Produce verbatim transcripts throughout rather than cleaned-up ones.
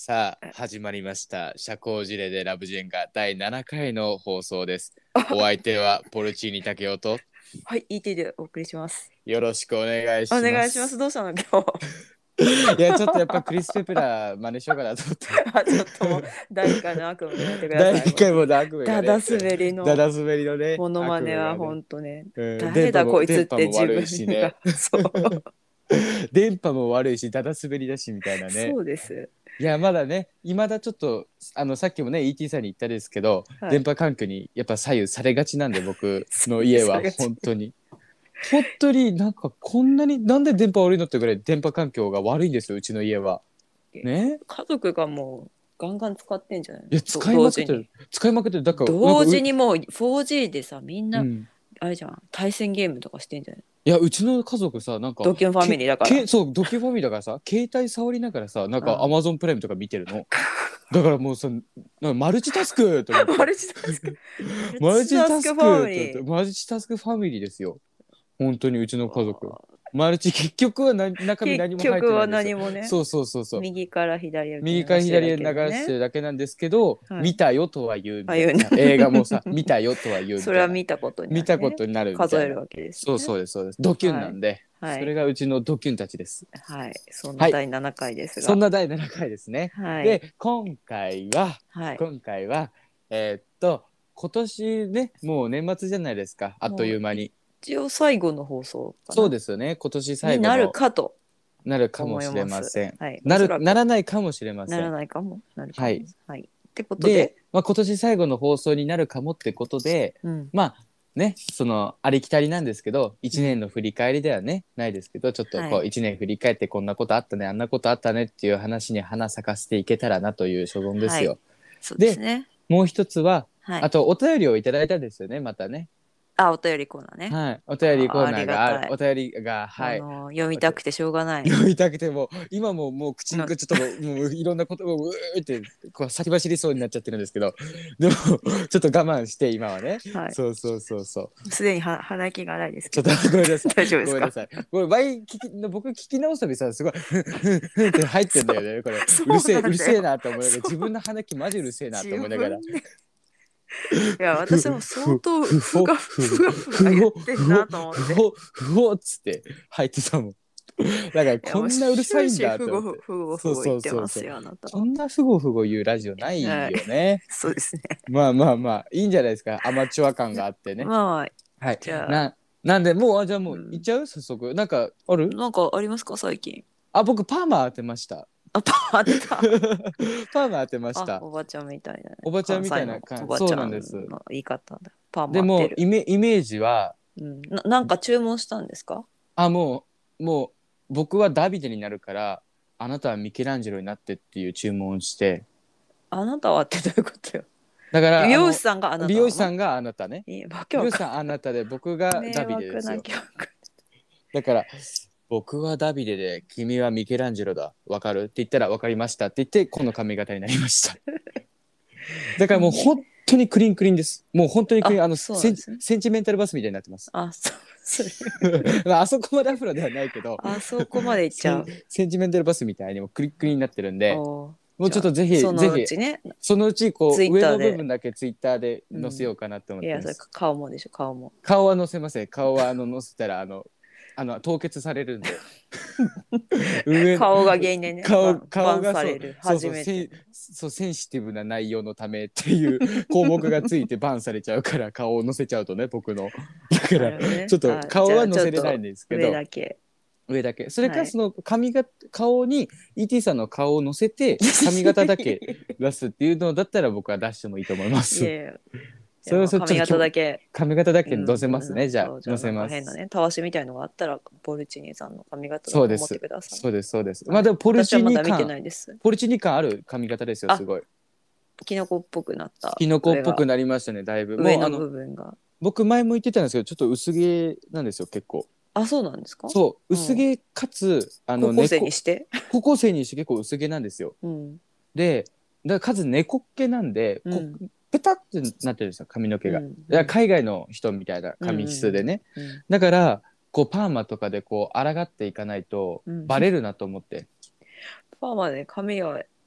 さあ始まりました社交辞令でラブジェンガだいななかいの放送です。お相手はポルチーニ竹雄とはい、イーティー でお送りします。 よろしくお願いおしま願いします。 す。 どうしたの今日。 いやちょっとやっぱクリス・ペプラー真似しようかなと思って。 あ、ちょっともう第一回の悪夢やめてください。 だいいっかいもの悪夢がダダね、 滑りのだだ滑りのねモノマ悪ネは夢がね、 ほんとね、 うん、電誰だこ波もいつって電波も悪自分いしね。 がそう電波も悪いしだだ滑りだしみたいなね。 そうです。 いやまだね、いまだちょっとあのさっきもね イーティー さんに言ったですけど、 はい、 電波環境にやっぱ左右されがちなんで僕のそ家はれが本当に本当になんかこんなになんで電波悪いのってぐらい電波環境が悪いんですよ、うちの家はね。 家族がもうガンガン使ってんじゃないの。 いやど使いまくってる同時に使いまくってるだからなんか同う、 時にもう フォージー でさ、みんなうん、 あれじゃん、対戦ゲームとかしてんじゃない。 いやうちの家族さなんかドキュンファミリーだから。 けけそうドキュファミリーだからさ携帯触りながらさなんかアうん、 マゾンプライムとか見てるの。だからもうさなんかマルチタスクと思ってマルチタスクマルチタスクファミってリー。 マルチタスクファミリーですよ本当にうちの家族。マルチ結局はな中身何も入って結局はないんですよ。 何もね、 そうそうそうそう。 右から左へ流右から左へ流してるだけのね。 してるだけなんですけど、 はい。 見たよとは言うみああいうね。 たいなさ、映画もさ見たよとは言うみたいな、 それは見たことにな見るね。 たことになるみたいな。 数えるわけですそうね。 そうですそうです。ドキュンはい。 なんで、それはい。 がうちのドキュンたちです。 はい。そんなはい。 だいななかいですが。 そんなだいななかいですね。 はい。 で今回ははい。 今回はえーっと今年ねもう年末じゃないですか、あっともういう間に。 一応最後の放送かなそうですよね、今年最になる後のかとなるかも思いしれます。 ません。 はい。おなる、 そらくならないかもしれまならせん。 ないかも、なるかも。 はい。 はい。ってことで、 で、 まあ、今年最後の放送になるかもってことで、 うん。 まあね、そのありきたりなんですけど、1 うん。 年の振り返りではね、ないですけど、ちょっとはい。 こういちねん振り返ってこんなことあったね、あんなことあったねっていう話に花咲かせていけたらなという所存ではい。 すよ。 そうですで、 ね。 もう一つは、 はい。 あとお便りをいただいたんですよね、またね。 あ、お便りコーナーね。 はい。お便りコーああ、ありナーがある。 がたい。 お便りが、はい。 あの、読みたくてしょうがない。 読みたくても今ももう口のがちょっともうもういろんなことをうーってこう先走りそうになっちゃってるんですけど、でもちょっと我慢して今はね。 はい。 そうそうそうそう。 すでには鼻息が荒いですけど。 ちょっとごめんなさい大丈夫ですか。 ごめんなさい。これ前聞き僕聞き直すたびさすごいふんふんふんって入ってんだよねこれ。 そう、 うるせえうるそうなんだよ。 せえなと思いながらそう。 自分の鼻息マジうるせえなと自思いながら。 分で。いや、 ふ私も相ふ当、 ふほふが、 ふほふがふが言っふほてんなふほと思って。 ふほふほっつって入ってたもん。だからいや、もうこんなうるさいん終始、ふごふ、 だって思って。 ふごふご言っそうそうそうそう。 てますよ、あなたは。 こんなふごふご言うラジオないはい。 よね。 そうですね。 まあまあまあいいんじゃないですか。アマチュア感があってね。 まあ、 はい。 じゃあ、 ななんでもうあじゃあもう行っうん。 ちゃう早速。なんかある？ なんかありますか、最近。 あ僕パーマ当てました。 あ、パ当てた。 パーマ当てましあ、 た。 おばちゃんみたいなね。 おばちゃんみたい関西のな感じ。そうおばちゃんなんです。 の言い方だ。パーでマ当てる。 もイメイメージはうん。な、なんか注文したんですか。 あもうもう僕はダビデになるからあなたはミケランジェロになってっていう注文をして、 あなたはってどういうことよ。 だから美あの容師さんがあな美たなの。 容師さんがあなたね。 いい、わけ美わかんない。 容師さんあなたで僕が迷ダビデですよ。 惑な曲。 だから僕はダビデで君はミケランジェロだわかるって言ったらわかりましたって言ってこの髪型になりました。だからもう本当にクリーンクリーンです。もう本当にクリーン、 あ、 あのセン、 そうなんですね。 センチメンタルバスみたいになってます。 あ、そう、それ。 まああそこまでアフロではないけどあそこまで行っちセン、 ゃう。 センチメンタルバスみたいにもクリックリになってるんで、 おー。 もうじゃあ、 ちょっとぜひそのうぜひちね、 そのうちこツイう上の部ッターで。 分だけツイッターでうん。 載せようかなと思っいや、それてます。 顔もでしょ、顔も。 顔は載せません。顔はあの載せたらあのあの凍結されるんで上の顔が原因でね、バ顔ン、バン顔がそうされる。 そうそうセン初めて。 そうセンシティブな内容のためっていう項目がついてバンされちゃうから顔を載せちゃうとね僕のだからなるほどね。 ちょっとあ、じ顔ゃあ、 は載せれないちょっとんですけど上だけ。 上だけそれはい。 かその髪が顔に イーティー さんの顔を載せて髪型だけ出すっていうのだったら僕は出してもいいと思います。 いやいや、でそれはも髪それちょっときょ型だけ。 髪型だうけ載せますん、 ね。じゃあそう、じゃあなんか載せます。 変なね、たわしみたいのがあったら、ポルチーニさんの髪型だと思ってそうです。 ください。 そうです。そうです。まはい。 あでもポル私はチーまだ見てニ感、 ないです。 ポルチーニ感ある髪型ですよ、すあ、 ごい。 キノコっぽくなったキノコっ上が、 ぽくなりましたね、だいぶ。 上のもうあの、 部分が。 僕前も言ってたんですけど、ちょっと薄毛なんですよ、結構。 あ、そうなんですか。 そう、 うん。 薄毛かつ、あの、 高校生に猫、 して。 高校生にして結構薄毛なんですよ。 うん。 で、だからかつ猫っ毛なんで、こうん。 ペタってなってるんですよ、髪の毛が。だかうん。うらん。 海外の人みたいなうん。 髪質でね。 うん。 だから、こうパーマとかでこう抗っていかないとうん。 バレるなと思って。 パーマで髪は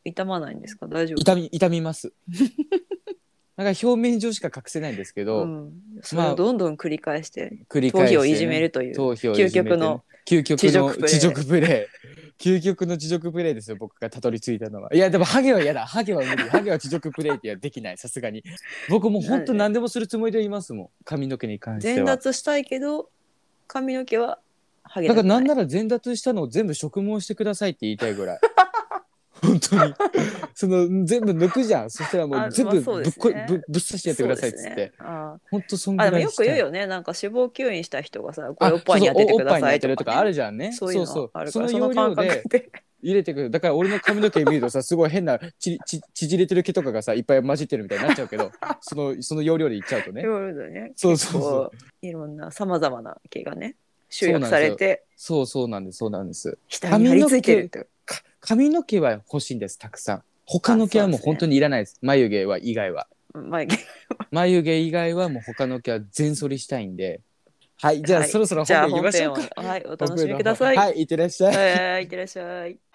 痛まないんですか？大丈夫？ 痛み痛みますなんか表面上しか隠せないんですけど、 うん、それをどんどん繰り返して繰り返して、ね、 頭皮をいじめるという頭皮をい究じめてね極の究極地獄プレイの地獄プレイ究極の地獄プレイですよ、僕がたどり着いたのは。いやでもハゲは嫌だ、ハゲは無理、ハゲは地獄プレイってはできない、さすがに。僕もう本当何でもするつもりでいますもん、髪の毛に関して伝は。 達したいけど髪の毛はハゲだからたくない。 なんなら伝達したのを全部植毛してくださいって言いたいぐらい本当にその全部抜くじゃん、そしたらもうあ全部まあそうぶっこ、 ですねぶぶっ刺してやってくださいっつって、 そうですね。あ本当そんあでもよくぐらいしたい。 言うよね、なんか脂肪吸引した人がさこれあ、 おっぱいに当ててくだそうそうおおっぱいに当てさいとか、ね、 るとかあるじゃんね。 そういうのそうそうあるからその要その感覚領でで入れてくる。だから俺の髪の毛見るとさ、すごい変なちち縮れてる毛とかがさいっぱい混じってるみたいになっちゃうけどそのその要領でいっちゃうとね。 夜でねそうそうそう結構いろんなさまざまな毛がね集約そうなんですよ。 されてそうそうなんですそうなんです額に張り付いてるってか髪の毛は欲しいんです、たくさん。他の毛はもう本当にいらないです。眉毛は以外は眉毛眉毛以外はもう他の毛は全剃りしたいんで。はい、じゃあ、 はいそろそろじゃあ本編行きましょうか。 本編をはいお楽し本編の方みください。 はい、いってらっしゃい。 はいいってらっしゃい。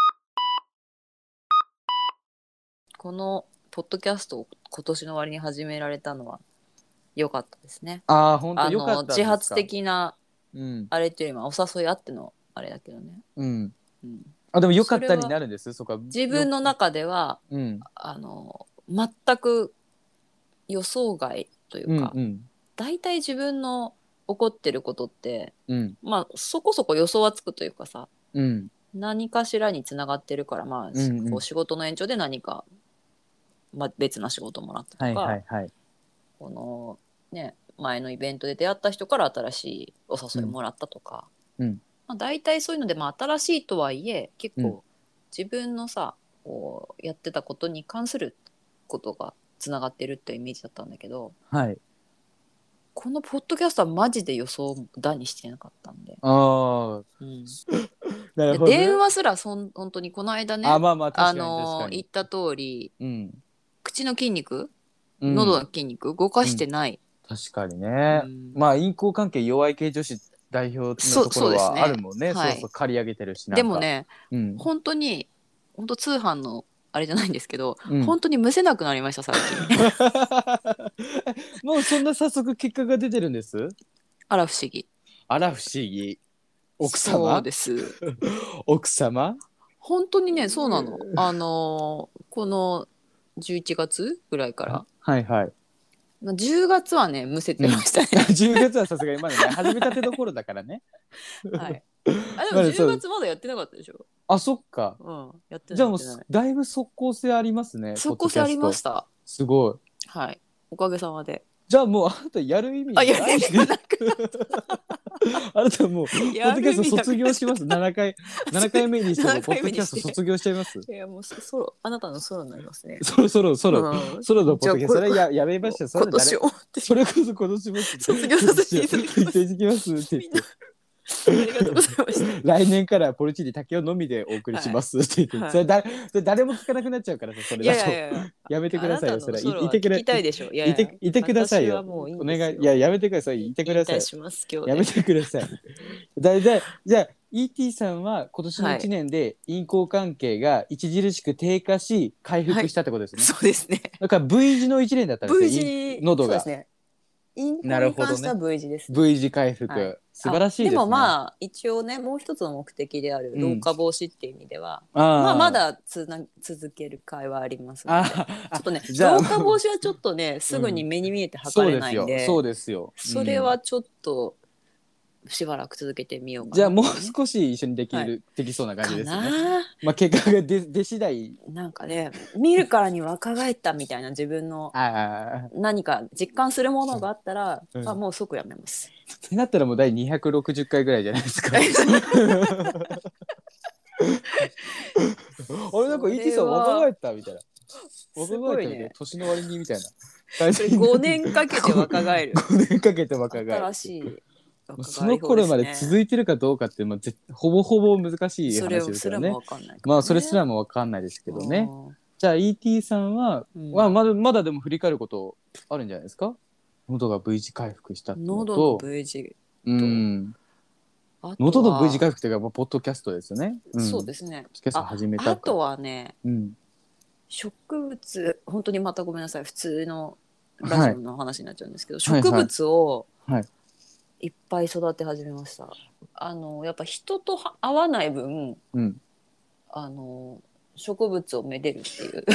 このポッドキャストを今年の終わりに始められたのは良かったですね。 ああ、本当あよかったんですか。 の自発的なうんあれっていうよりもお誘いあってのあれだけどね、 うん。 うん、 あ、でもよかったになるんです。そこは。 自分の中ではうん。 あの全く予想外といううんか、 うん大体自分の起こってることってうんまあそこそこ予想はつくというかさ、 うん何かしらにつながってるからまあ、 うんうんこう仕事の延長で何か、まあ、別な仕事をもらったとか、 はいはいはい。 このね前のイベントで出会った人から新しいお誘いもらったとか、 うんまあ、大体そういうので、まあ、新しいとはいえ結構、 うん自分のさこうやってたことに関することがつながってるっていうイメージだったんだけど、 はい。 このポッドキャストはマジで予想だにしてなかったんで、 ああ、 うんでなるほど、ね。 電話すらそん本当にこの間ね、 あ、まあまあ、 あ確かに確のかに。 言った通りうん。 口の筋肉、 うん喉の筋肉動かしてない、 確かにね。 うんまあ、陰行関係弱い系女子代表のそところそうですねはあるもんね。 はいそうそう、刈り上げてるし、なんか。 でもねうん。 本当に本当通販のあれじゃないんですけど、 うん本当にむせなくなりました最近もうそんな早速結果が出てるんです。 あら不思議。 あら不思議。奥そう様です奥様本当にねそうなの。あのーこのじゅういちがつぐらいからはいはい。 まあじゅうがつはねむせてましたね、 じゅうがつはさすがにまだね、始めたてどころだからね。 はいあでも10 まだそう月まだやってなかったでしょ。 あ、そっか。 うんやってじゃあもうないやってないだいぶ即効性ありますね。 即効性ありましポッドキャスト。 た。 すごい。 はいおかげさまで。 じゃあもうあなたやる意味あやないる意味がなくあなたもうポッやドキャストる意味なく卒業します。ななかいななかいめにしてもななポッドキャかいめにしてスト卒業しちゃいます。 いやもうそソロあなたのソロになりますね。 そろそろそろ、 うんソロのポッドキャストそじゃあれややめました。それ今年誰をってそれこそ今年も卒業させていただきます行ってきますって言って。 ありがとうございました。 来年からポルチーニ竹雄のみでお送りしますって言って、 はいそれだそれ誰も聞かなくなっちゃうからさ、それいだとやいやいややめてくださいよ、それいあなたのソロはいてくれ聞きたいでしょ。いやいやいていてくださいよ。 私はもういいんおですよ願いいややめてください。いてください引退。します今日で。 やめてください。だじゃあじゃあ イーティー さんは今年のいちねんで陰行関係が著しく低下し回復したってことですね。 そうですね。 だから V 字のいちねんだったんですよ。 V 字喉がそうですね。インコなるほどねに関しては V 字ですね。 V 字回復、 はい素晴らしいですね。 でもまあ一応ねもう一つの目的であるうん老化防止っていう意味では、 あーまあまだつな続ける会はありますので、ちょあっとねじゃあ老化防止はちょっとねすぐに目に見えて測れないんで、 そうですよそれはちょっとしばらく続けてみようかな、 じゃあもう少し一緒にできる、 はい、 できそうな感じですかね。 なまあ結果が出出次第。 なんかね見るからに若返ったみたいな自分のああ何か実感するものがあったら、 うんあもう即やめます。 ってなったらもう第にひゃくろくじゅっかいぐらいじゃないですか。俺なんか イーティー さん若返ったみたいな。若返ったみたいな、年の割にみたいな感じ。 ごねんかけて若返るごねんかけて若返る。 新しい若返り法ですね。 その頃まで続いてるかどうかって、まあ、ぜほぼほぼ難しい話ですからね。 それすらも分かんないからね。 まあそれすらも分かんないですけどね。じゃあ イーティー さんは、 うんまあ、まだまだでも振り返ることあるんじゃないですか。喉が V 字回復したっていうの喉との V 字うんあとは喉の V 字回復っていうかポッドキャストですよね。うん、 そうですね。 ポッドキャスト始めたああとはねうん植物本当にまたごめんなさい普通のラはいジオの話になっちゃうんですけど、 はいはい植物をはいいっぱい育て始めました。あのやっぱ人とは合わない分うんあの植物をめでるっていう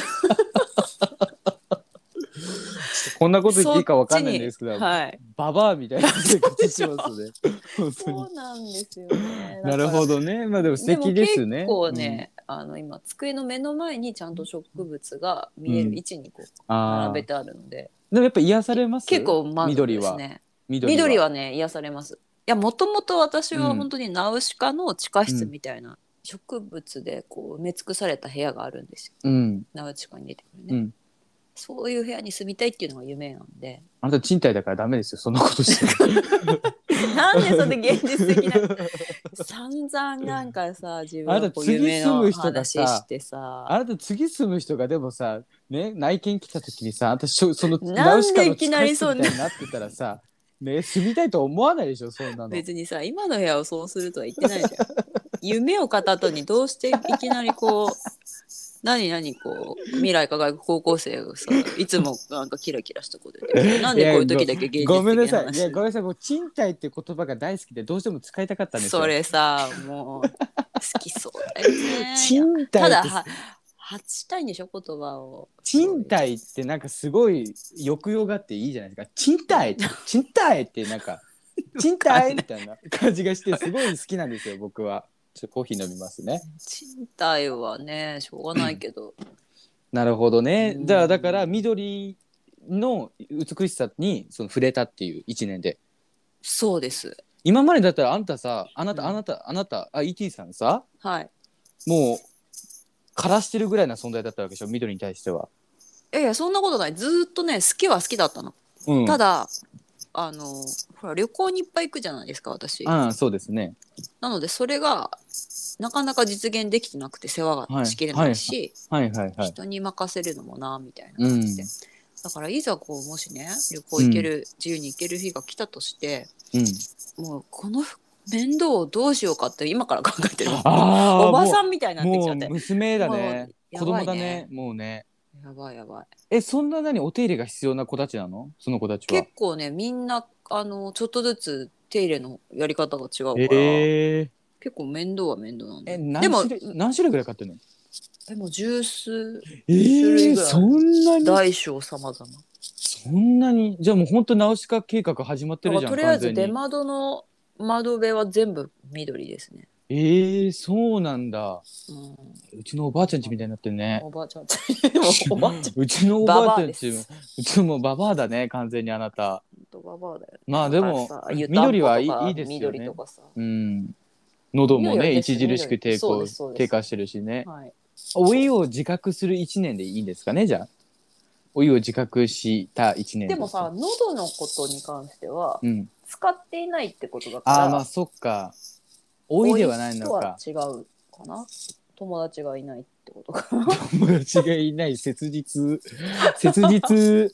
こんなこと言っていいかわかんそっちにないんですけど、 はいババアみたいな生活してますね本当に。 そうなんですよね。 なるほどね。まあでも素でも敵です結ね。 構ね、うん、あの今机の目の前にちゃんと植物が見える位置にこう並べてあるので、 でもやっぱ癒されます。 結構満足緑は。 ですね。 緑は。 緑はね癒されます。いやもともと私はうん本当にナウシカの地下室みたいな植物でこう埋め尽くされた部屋があるんですよ。 うん。 ナウシカに出てくるね、 うん。 そういう部屋に住みたいっていうのが夢なんで。 あなた賃貸だからダメですよ。そんなことして。 なんでそれで現実的な散々なんかさ自分あなたはこう夢の次住む人が話さしてさあなた次住む人がでもさ、ね、内見来た時にさ、あんたしょそのナなウシカのんでいきな地下室みりそんなたいになってたらさ、ね、住みたいと思わないでしょ、そんなの。 別にさ今の部屋をそうするとは言ってないじゃん。夢を語った後にどうしていきなりこう何何こう未来輝く高校生がさいつもなんかキラキラしたこと言ってなんでこういう時だけ現実的な話ごめんなさい。いや、ごめんなさい。もう賃貸って言葉が大好きでどうしても使いたかったんですよ。 それさもう好きそうだよね。 賃貸ってただは発したいんでしょ言葉を。 賃貸ってなんかすごい抑揚があっていいじゃないですか。賃貸賃貸ってなんか賃貸みたいな感じがしてすごい好きなんですよ僕は。ちょっとコーヒー飲みますね。 賃貸はねしょうがないけどなるほどね。 うんじゃあだから緑の美しさにその触れたっていういちねんで。 そうです。 今までだったらあんたさあなたうんあなたあなたあ イーティー さんさはいもう枯らしてるぐらいな存在だったわけでしょ緑に対しては。 いやいやそんなことない。ずーっとね好きは好きだったの、 うん、 ただあのほら旅行にいっぱい行くじゃないですか私。 ああそうですね。 なのでそれがなかなか実現できてなくて世話がしきれないし、 はいはいはい。 人に任せるのもなみたいなうん感じで、だからいざこうもしね旅行行ける、うん、自由に行ける日が来たとして、うん、もうこの面倒をどうしようかって今から考えてる。おばさんみたいになってきちゃって。 もう娘だね。 ね子供だね。もうね。 やばいやばい。 えそんな何お手入れが必要な子たちなの？その子たちは。 結構ねみんなあのちょっとずつ手入れのやり方が違うから、 えー、 結構面倒は面倒なんで。 え何種類でも何種類ぐらい買ってんの？ でも十数種類ぐらい、えー、そんなに大小様々。 そんなにじゃあもう本当ナウシカ計画始まってるじゃん。 とりあえず出窓の窓辺は全部緑ですね。 えー、そうなんだ、うん、うちのおばあちゃんちみたいになってるね。 おばあちゃんちおばあちゃんうちのおばあちゃんちうちもババアだね完全にあなた。 ババアだよね。 まあでも緑はいい、いいですよね。 とかさ、 うん、喉もね著しく低下低下してるしね、はい、老いを自覚するいちねんでいいんですかね。じゃあ老いを自覚したいちねんで, でもさ喉のことに関しては、うん、使っていないってことだから。 あまあそっか老いではないのか。 違うかな。友達がいないってことかな。 友達がいない切実切実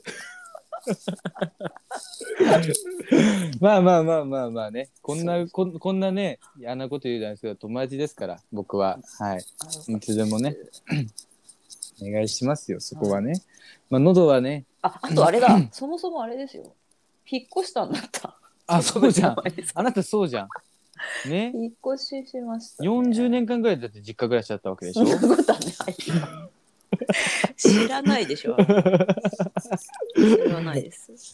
まあまあまあまあまあねこんなここんなね嫌なこと言うじゃないですけど友達ですから僕は。はいいつでもねお願いしますよそこはね、はい、まあ喉はねあ, あとあれだそもそもあれですよ引っ越したんだった。 あそうじゃんあなたそうじゃんね、 引っ越ししました、ね、 よんじゅうねんかんぐらいだって実家暮らしだったわけでしょ。 そんなことはない知らないでしょ知らないです。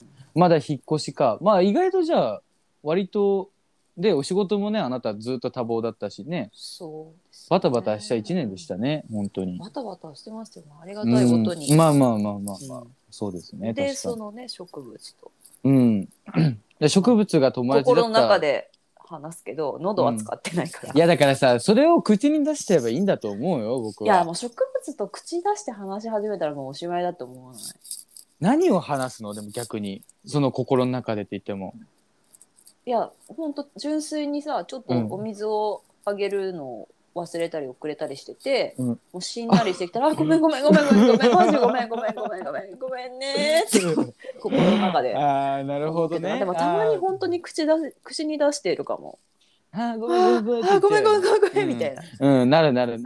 まだ引っ越しか。まあ意外とじゃあ割とでお仕事もねあなたずっと多忙だったしね。 そうですねバタバタしたいちねんでしたね本当に。 バタバタしてますよねありがたいことに、 うん、まあまあまあまあまあ、うん、そうですね。 でそのね植物とうん植物が友達だった。 心の中で話すけど喉は使ってないから、 うん、いやだからさそれを口に出しちゃえばいいんだと思うよ僕は。 いやもう植物と口出して話し始めたらもうおしまいだと思わない？ 何を話すのでも逆にその心の中でって言っても。 いやほんと純粋にさちょっとお水をあげるのを忘れたり遅れたりしてて、うん、もうしんなりしてきたらあごめんごめんごめんごめんごめんマジごめんごめんごめんごめんごめんねって心の中で。 ああなるほどね。 でもたまに本当に口出口に出しているかも。 あごめんごめんごめんごめんごめんごめんみたいな。 うん、うん、なるなるなる。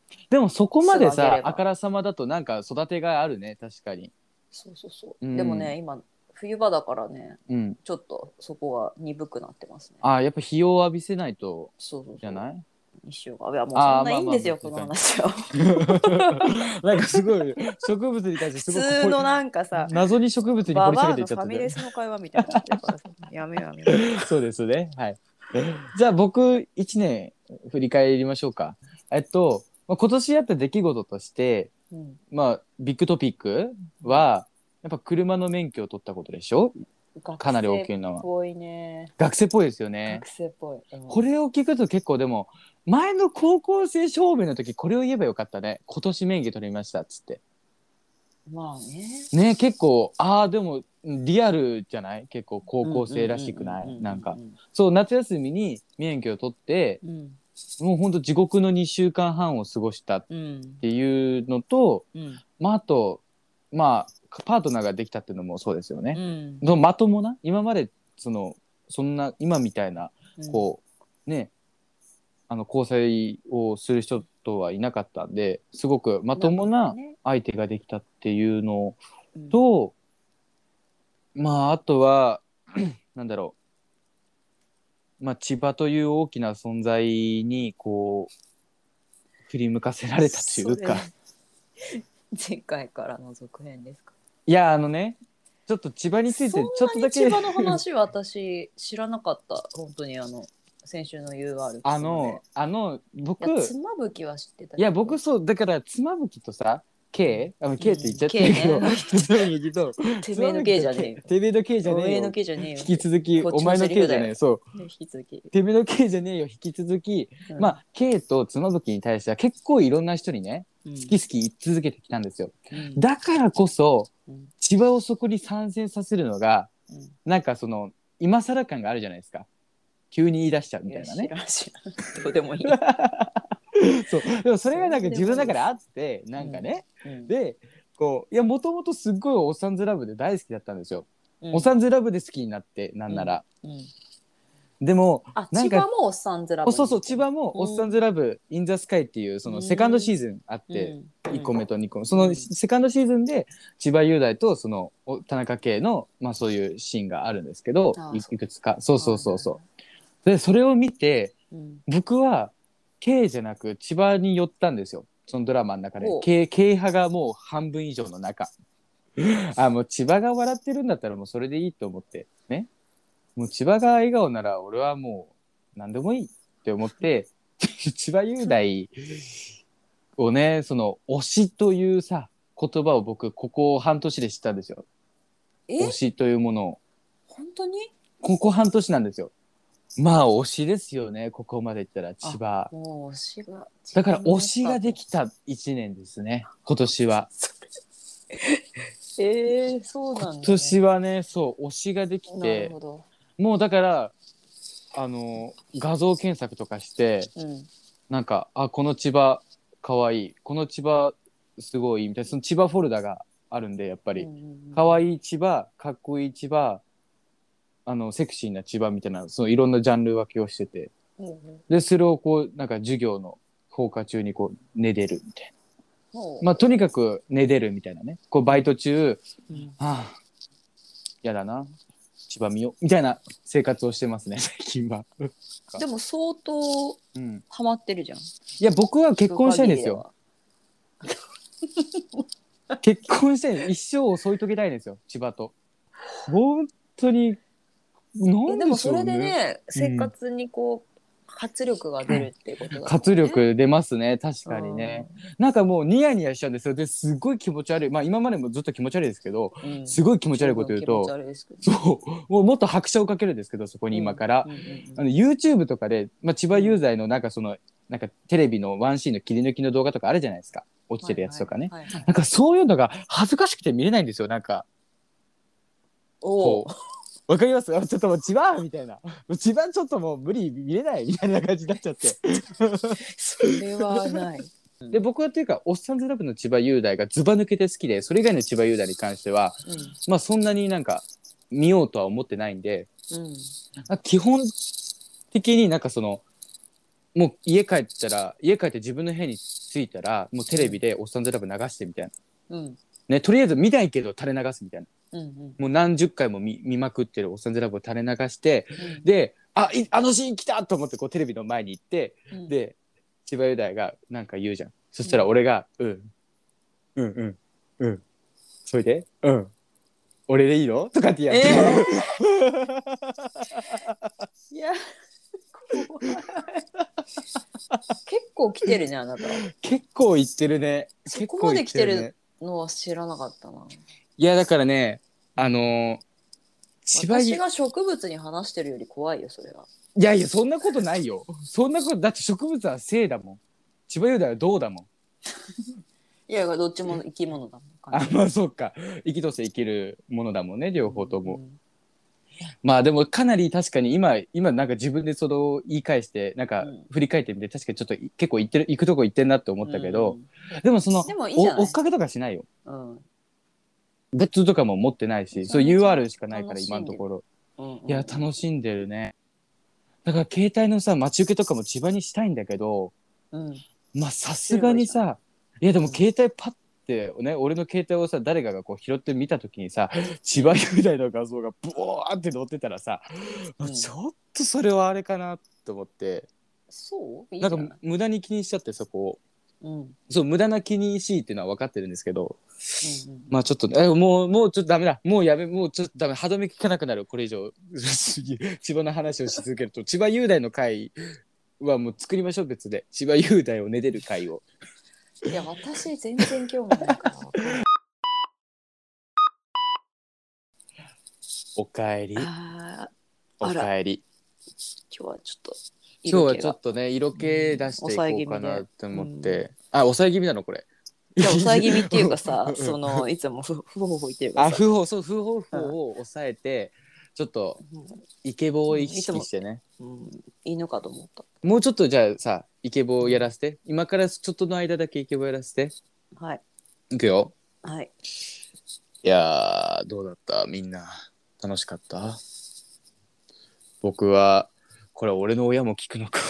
でもそこまですさぐあげればあからさまだとなんか育てがいあるね確かに。 そうそうそう、 うんでもね今冬場だからねうんちょっとそこが鈍くなってますね。 ああやっぱ日を浴びせないとそうそうそうじゃない？ 一週間いやもうそんああまあまあないいんですよ、この確かに話は。 なんかすごい植物に対して普すごく通のなんかさ謎に植物に掘バり下げバアのファていっちゃったじゃん。 ミレスの会話みたいになってるからさやめようやめよう。 そうですね。はい。じゃあ僕いちねん振り返りましょうか。えっと、まあ、今年あった出来事として、 うんまあビッグトピックはやっぱ車の免許を取ったことでしょ。かなり大きいのは。 学生っぽいね。 学生っぽいですよね学。生っぽい、うん、 これを聞くと結構でも前の高校生証明の時これを言えばよかったね。今年免許取りましたっつって。 まあね。 ね結構ああでもリアルじゃない結構高校生らしくないなんかそう夏休みに免許を取って、うん、もうほんと地獄のにしゅうかんはんを過ごしたっていうのと、うん、まああとまあパートナーができたっていうのもそうですよね、うん、まともな今までそのそんな今みたいなこう、うん、ねあの交際をする人とはいなかったんですごくまともな相手ができたっていうのと、うん、まああとはなんだろう、まあ、千葉という大きな存在にこう振り向かせられたというか前回からの続編ですか？ いやあのねちょっと千葉についてちょっとだけ千葉の話は私知らなかった本当にあの先週の ユーアールあのあの僕妻夫木は知ってたけどいや僕そうだから妻夫木とさ K? あの K って言っちゃってるけど、 ね、 妻夫木とてめえの K じゃねえよてめえの K じゃねえよおめえの K じゃねえよ引き続きお前の K じゃねえよそう引き続きてめえの K じゃねえよ引き続き、うん、まあ K と妻夫木に対しては結構いろんな人にね、うん、好き好き言い続けてきたんですよ、うん、だからこそ、うん、千葉をそこに参戦させるのが、うん、なんかその今更感があるじゃないですか急に言い出しちゃうみたいなね。 知らん知らんどうでもいいそうでもそれがなんか自分の中であってなんかね、うん、でこういやもともとすっごいおっさんずラブで大好きだったんですよ、うん、おっさんずラブで好きになってなんなら、うんうん、でもあなんか千葉もおっさんずラブそうそう千葉もおっさんずラブ、インザスカイっていうそのセカンドシーズンあって、うん、いっこめとにこめそのセカンドシーズンで千葉雄大とその田中圭のまあそういうシーンがあるんですけどいくつかそうそうそうそうでそれを見て、うん、僕は K じゃなく千葉に寄ったんですよそのドラマの中で K, K 派がもう半分以上の中あもう千葉が笑ってるんだったらもうそれでいいと思ってねもう千葉が笑顔なら俺はもう何でもいいって思って千葉雄大をねその推しというさ言葉を僕ここ半年で知ったんですよ推しというものを本当にここ半年なんですよまあ推しですよねここまでいったら千葉もう推しがだから推しができたいちねんですね今年はえー、そうなんだ、ね、 今年はねそう推しができてなるほどもうだからあの画像検索とかして、うん、なんかあこの千葉かわいいこの千葉すごいみたいなその千葉フォルダがあるんでやっぱり、うんうんうん、かわいい千葉かっこいい千葉あのセクシーな千葉みたいなそのいろんなジャンル分けをしてて、うんうん、でそれをこうなんか授業の放課中にこう寝出るみたいな、うん、まあとにかく寝出るみたいなねこうバイト中、うん、はあやだな千葉見よみたいな生活をしてますね最近はでも相当ハマってるじゃん、うん、いや僕は結婚したいんですよ結婚したい一生を添い遂げたいんですよ千葉と本当になんでしょうね。 でもそれでね、うん、生活にこう活力が出るっていうことだ、ね、 活力出ますね確かにね、うん、なんかもうニヤニヤしちゃうんですよですごい気持ち悪いまあ今までもずっと気持ち悪いですけど、うん、すごい気持ち悪いこと言うとそうもうもっと拍車をかけるんですけどそこに今から、うんうんうんうん、あの YouTube とかで、まあ、千葉雄大のなんかそのなんかテレビのワンシーンの切り抜きの動画とかあるじゃないですか落ちてるやつとかね、はいはいはいはい、なんかそういうのが恥ずかしくて見れないんですよなんかおーわかりますちょっともう千葉みたいな千葉ちょっともう無理見れないみたいな感じになっちゃってそれはないで僕はっていうかおっさんずラブの千葉雄大がズバ抜けて好きでそれ以外の千葉雄大に関しては、うん、まあそんなになんか見ようとは思ってないんで、うん、基本的になんかそのもう家帰ったら家帰って自分の部屋に着いたらもうテレビでおっさんずラブ流してみたいな、 うんね、とりあえず見ないけど垂れ流すみたいな、 うんうんもう何十回も 見, 見まくってるおっさんずラブを垂れ流して、 うんであいあのシーン来たと思ってこうテレビの前に行って、 うんで千葉雄大がなんか言うじゃん。そしたら俺が、うん、うんうんうんそれでうん俺でいいのとかってやって、 えー、いや怖い結構来てるねあなた。 結構言ってるね。 そこまで来て結構言ってるのは知らなかったな。 いやだからねあのー、千葉私が植物に話してるより怖いよそれは。 いやいやそんなことないよ。そんなことだって植物は生だもん。千葉雄大はどうだもん。 いやどっちも生き物だもん。 あまあそうか生きとして生きるものだもんね両方とも、 うん、 まあでもかなり確かに今今なんか自分でそれを言い返してなんか振り返ってみて確かにちょっと結構行ってる行くとこ行ってんなって思ったけど、うん、でもそのでもいいじゃない追っかけとかしないよ、 うん、 グッズとかも持ってないしそう ユーアール しかないから今のところ、 うんうんうん、 いや楽しんでるね。だから携帯のさ待ち受けとかも千葉にしたいんだけど、うん、まあさすがにさいやでも携帯パッてね俺の携帯をさ誰かがこう拾って見た時にさ千葉雄大の画像がブワーって載ってたらさ、うん、ちょっとそれはあれかなと思って、 そういいなんか無駄に気にしちゃってそこを、うん、そう無駄な気にしいっていうのは分かってるんですけど、うんうん、まあちょっとえもうもうちょっとダメだもうやめもうちょっとダメ歯止め聞かなくなるこれ以上千葉の話をし続けると千葉雄大の会はもう作りましょう別で千葉雄大をねでる会を。 いや私全然興味ないからおかえりあおかえり今日はちょっと今日はちょっとね色気出していこうかなと思って、うん、あ抑え気味なのこれいや抑え気味っていうかさそのいつもふふほほ言ってるからさあふほそうふほほを抑えて、うん、ちょっとイケボを意識してね、 うんうん、いいのかと思った。 もうちょっとじゃあさイケボをやらせて、うん、今からちょっとの間だけイケボやらせて。 はいいくよ。 はいいやーどうだったみんな楽しかった。僕はこれ俺の親も聞くのか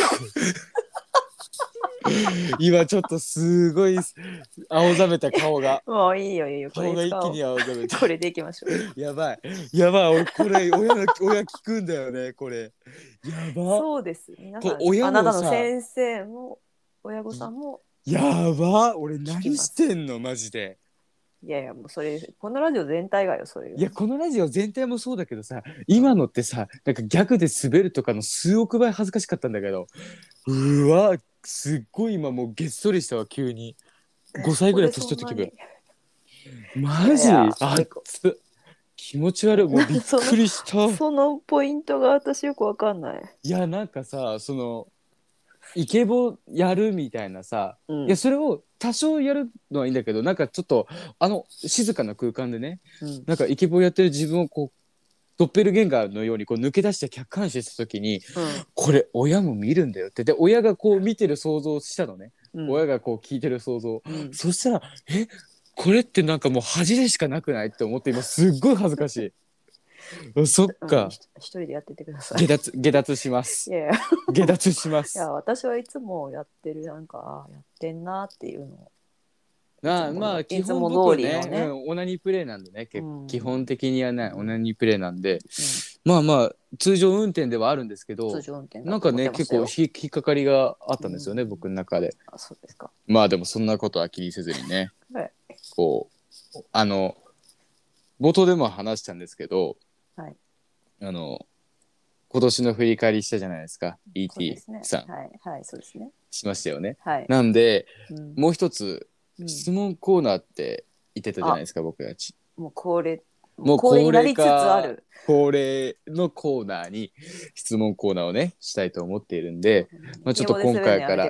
今ちょっとすごい青ざめた顔がもういいよいいよ顔が一気に青ざめたこれでいきましょうやばいやばい俺これ親の親聞くんだよねこれやばそうです皆さん親あなたの先生も親御さんもやば俺何してんのマジで。 いやいやもうそれこのラジオ全体がよそれよ。 いやこのラジオ全体もそうだけどさ今のってさなんかギャグで滑るとかの数億倍恥ずかしかったんだけどうわすっごい今もうげっそりしたわ急にごさいぐらい年取った気分マジあっつ気持ち悪いもうびっくりしたそのポイントが私よくわかんない。 いやなんかさそのイケボやるみたいなさ、うん、いやそれを多少やるのはいいんだけどなんかちょっとあの静かな空間でね、うん、なんかイケボやってる自分をこうドッペルゲンガーのようにこう抜け出して客観視した時に、うん、これ親も見るんだよってで親がこう見てる想像したのね、うん、親がこう聞いてる想像、うん、そしたらえこれってなんかもう恥でしかなくないって思って今すっごい恥ずかしいそっか、うん、 一人でやっててください下脱下脱しますいやいや下脱しますいや私はいつもやってるなんかやってんなっていうのをあまあ基本僕はね、ねうん、オナニープレイなんでね、うん、基本的にはねオナニープレイなんで、うん、まあまあ通常運転ではあるんですけどなんかね結構引っかかりがあったんですよね、うん、僕の中で。 あそうですか。 まあでもそんなことは気にせずにね、はい、こうあの冒頭でも話したんですけど、はい、あの今年の振り返りしたじゃないですか イーティー さん、 はいはいそうですねしましたよね、 はい、 なんで、うん、もう一つ質問コーナーって言ってたじゃないですか、うん、僕たちもう恒例もう恒例になりつつある恒例のコーナーに質問コーナーをねしたいと思っているんで、うんまあ、ちょっと今回から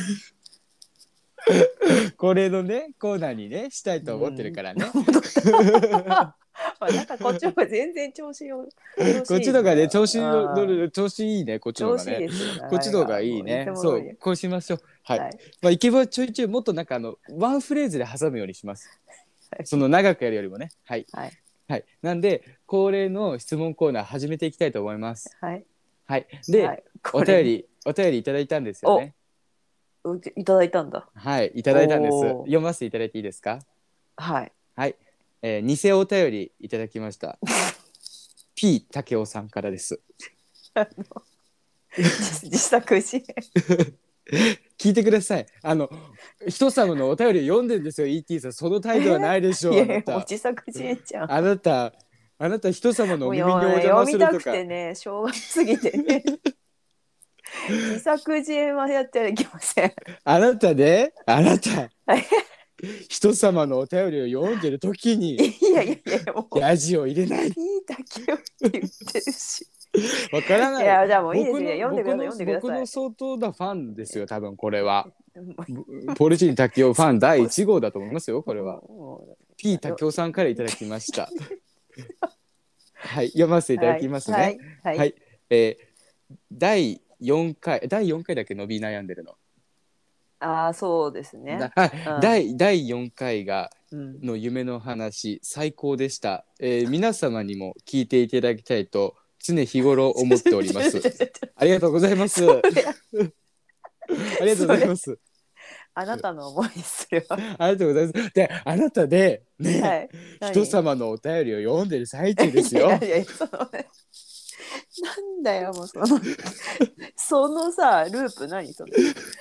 恒例のねコーナーにねしたいと思ってるからね、うんなんかこっちの方が全然調子よこっちの方がね調子乗る調子いいねこっちの方がねこっちの方がいいねそうこうしましょうはい、はい、まあイケボちょいちょいもっとなんかあのワンフレーズで挟むようにします、はい、その長くやるよりもねはい、はいはい、なんで恒例の質問コーナー始めていきたいと思います。 はい、 はい、で、はい、 お便りお便りいただいたんですよね。 いただいたんだ。 はいいただいたんです。 おー読ませていただいていいですか？ はいはい、えー、偽お便りいただきました。P 竹雄さんからです。 あの自作自演聞いてください。あの人様のお便りを読んでるんですよ。 イーティー さん、その態度はないでしょう。 いやいやあなたもう自作自演じゃん。 あなたあなた人様のおもう耳にお邪読みたく魔するとか。 てね、しょうがなすぎてね。自作自演はやってはいけません。 あなたねあなたはい人様のお便りを読んでる時にいやいやいや、もうヤジを入れない。 いいだけよって言ってるし。 わからない。 いやじゃあもういいです僕のよ、読んでください、 僕の読んでください。 僕の相当なファンですよ多分これは。 もポルチーニ竹雄ファンだいいち号だと思いますよこれうは。 もう P 竹雄さんからいただきました。はい読ませていただきますね。 ははいい、 はいはい、えー、だいよんかいだいよんかいだけ伸び悩んでるの。 ああそうですね。 だはいうん第だいよんかいがうんの夢の話最高でした、えー皆様にも聞いていただきたいと常日頃思っておりますありがとうございますありがとうございますあなたの思いですよ。はありがとうございます。であなたでね、 い。 人様のお便りを読んでる最中ですよ。 いやいやそのねなんだよもうそのそのさループ何それ。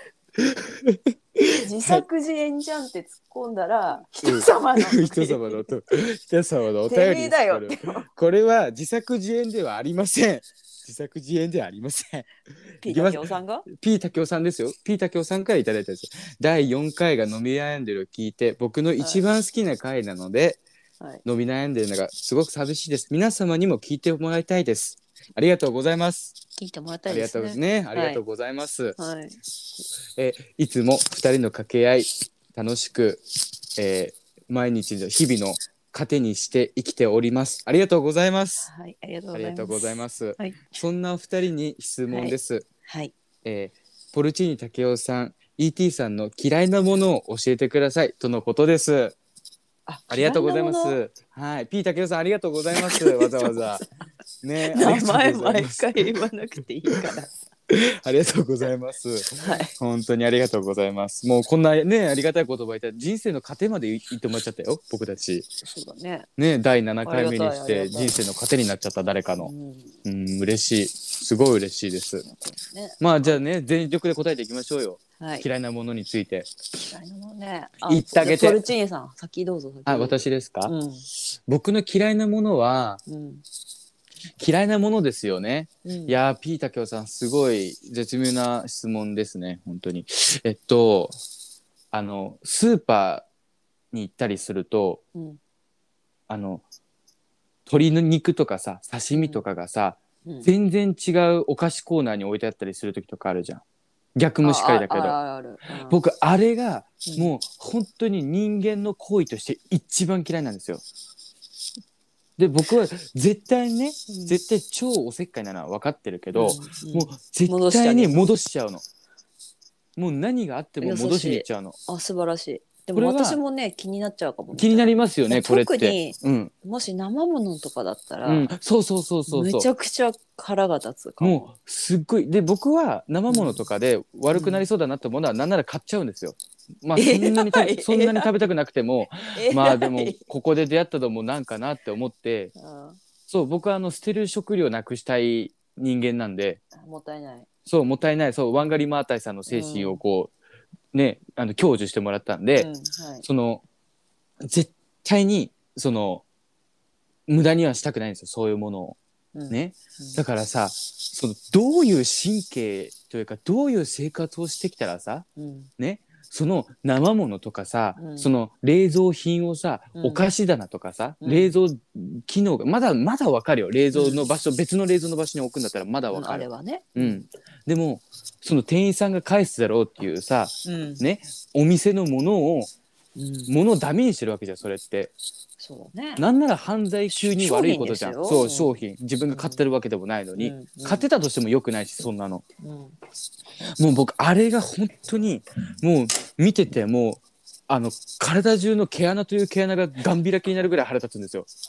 自作自演じゃんって突っ込んだら、人様の人様のと人様のおてめえ便りです。 だよってこれはこれは自作自演ではありません。自作自演ではありません。 ピータケオさんが P 竹雄さんですよ。P 竹雄さんからいただいたんですよ。だいよんかいが飲み悩んでるを聞いて僕の一番好きな回なので、 はい、 飲み悩んでるのがすごく寂しいです。皆様にも聞いてもらいたいです。ありがとうございます。 聞いてもらいたいですね。 ありがとうですね。ありがとうございます。 はい、 えいつもふたりの掛け合い楽しく、えー、毎日の日々の糧にして生きております。ありがとうございます。 はい、ありがとうございます。 ありがとうございます。 はい、 そんなお二人に質問です。 はいはい、 えー、ポルチーニ竹雄さん イーティー さんの嫌いなものを教えてくださいとのことです。 あ、 ありがとうございます。はい、P 竹雄さんありがとうございます。わざわざね、 名前毎回言わなくていいから。 ありがとうございます。 はい、 本当にありがとうございます。もうこんなねありがたい言葉言ったら人生の糧まで言ってもらっちゃったよ僕たち。 そうだね。 ねだいななかいめにしありてがたい人生の糧になっちゃった誰かの。 うん、 うん嬉しい。すごい嬉しいです。 ね、 まあじゃあね全力で答えていきましょうよ。 はい、 嫌いなものについて。 嫌いなものね。 言ってあげて。 ポルチーニさん先どうぞ。 あ私ですか、 うん、 僕の嫌いなものは、 うん、 嫌いなものですよね。 うん、 いやーピータケオさんすごい絶妙な質問ですね本当に。えっとあのスーパーに行ったりすると、 うん、 あの鶏の肉とかさ刺身とかがさ、 うん、 全然違うお菓子コーナーに置いてあったりする時とかあるじゃん。逆もしかりだけどああある、うん、 僕あれがうんもう本当に人間の行為として一番嫌いなんですよ。で僕は絶対ね、 うん、 絶対超おせっかいなのは分かってるけど、 うんうん、 もう絶対に戻しちゃうの。もう何があっても戻しに行っちゃうの。 あ素晴らしい。でも私もね気になっちゃうかも。 気になりますよねこれって。 特に、 うん、 もし生ものとかだったら、 うん、そうそうそうそうめちゃくちゃ腹が立つかも。 もうすっごいで僕は生ものとかで悪くなりそうだなってものはなんなら買っちゃうんですよ。まあそんなに食べそんなに食べたくなくてもまあでもここで出会ったのもなんかなって思ってそう僕はあの捨てる食料なくしたい人間なんで。 もったいない。そうもったいないそうワンガリマータイさんの精神をこう、うん、ねあの享受してもらったんで、うんはい、その絶対にその無駄にはしたくないんですよそういうものを、うんねうん、だからさそのどういう神経というかどういう生活をしてきたらさ、うんね、その生ものとかさ、うん、その冷蔵品をさ、うん、お菓子棚とかさ、うん、冷蔵機能がまだまだわかるよ冷蔵の場所、うん、別の冷蔵の場所に置くんだったらまだわかる、うん、あれはね、うん、でもその店員さんが返すだろうっていうさ、うんね、お店のものを、うん、ものをダメにしてるわけじゃんそれって。そうね、なんなら犯罪収入悪いことじゃん。そう商品自分が買ってるわけでもないのに、うん、買ってたとしても良くないしそんなの、うん、もう僕あれが本当にもう見ててもうあの体中の毛穴という毛穴がガン開きになるぐらい腹立つんですよ。